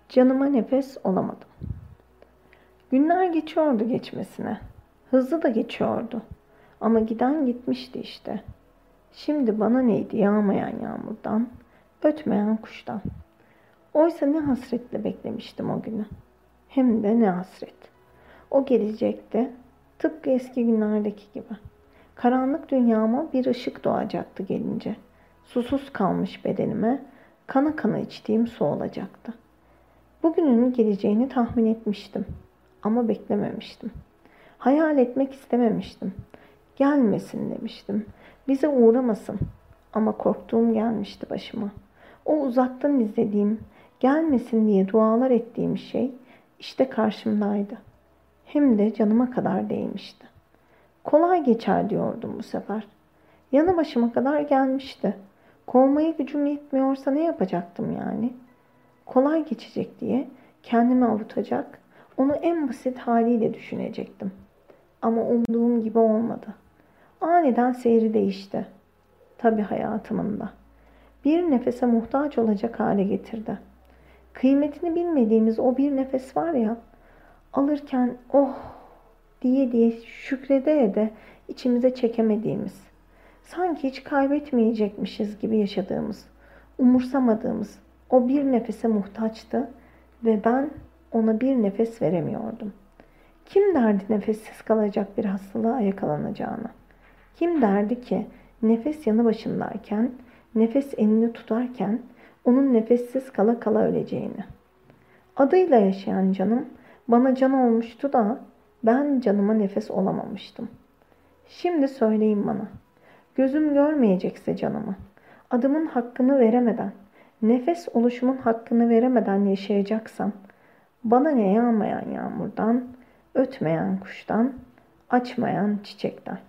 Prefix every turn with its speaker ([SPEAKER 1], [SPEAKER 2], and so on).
[SPEAKER 1] Canıma nefes olamadım. Günler geçiyordu geçmesine. Hızlı da geçiyordu. Ama giden gitmişti işte. Şimdi bana neydi yağmayan yağmurdan, ötmeyen kuştan. Oysa ne hasretle beklemiştim o günü. Hem de ne hasret. O gelecekti, tıpkı eski günlerdeki gibi. Karanlık dünyama bir ışık doğacaktı gelince. Susuz kalmış bedenime kana kana içtiğim su olacaktı. Bugünün geleceğini tahmin etmiştim ama beklememiştim. Hayal etmek istememiştim. Gelmesin demiştim. Bize uğramasın. Ama korktuğum gelmişti başıma. O uzaktan izlediğim, gelmesin diye dualar ettiğim şey işte karşımdaydı. Hem de canıma kadar değmişti. Kolay geçer diyordum bu sefer. Yanı başıma kadar gelmişti. Kovmaya gücüm yetmiyorsa ne yapacaktım yani? Kolay geçecek diye kendimi avutacak, onu en basit haliyle düşünecektim. Ama umduğum gibi olmadı. Aniden seyri değişti. Tabii hayatımın da. Bir nefese muhtaç olacak hale getirdi. Kıymetini bilmediğimiz o bir nefes var ya, alırken oh diye diye şükrede de içimize çekemediğimiz, sanki hiç kaybetmeyecekmişiz gibi yaşadığımız, umursamadığımız o bir nefese muhtaçtı ve ben ona bir nefes veremiyordum. Kim derdi nefessiz kalacak bir hastalığa yakalanacağını? Kim derdi ki nefes yanı başındayken, nefes elini tutarken onun nefessiz kala kala öleceğini? Adıyla yaşayan canım bana can olmuştu da ben canıma nefes olamamıştım. Şimdi söyleyin bana, gözüm görmeyecekse canımı, adımın hakkını veremeden, nefes oluşumun hakkını veremeden yaşayacaksam, bana ne yağmayan yağmurdan, ötmeyen kuştan, açmayan çiçekten.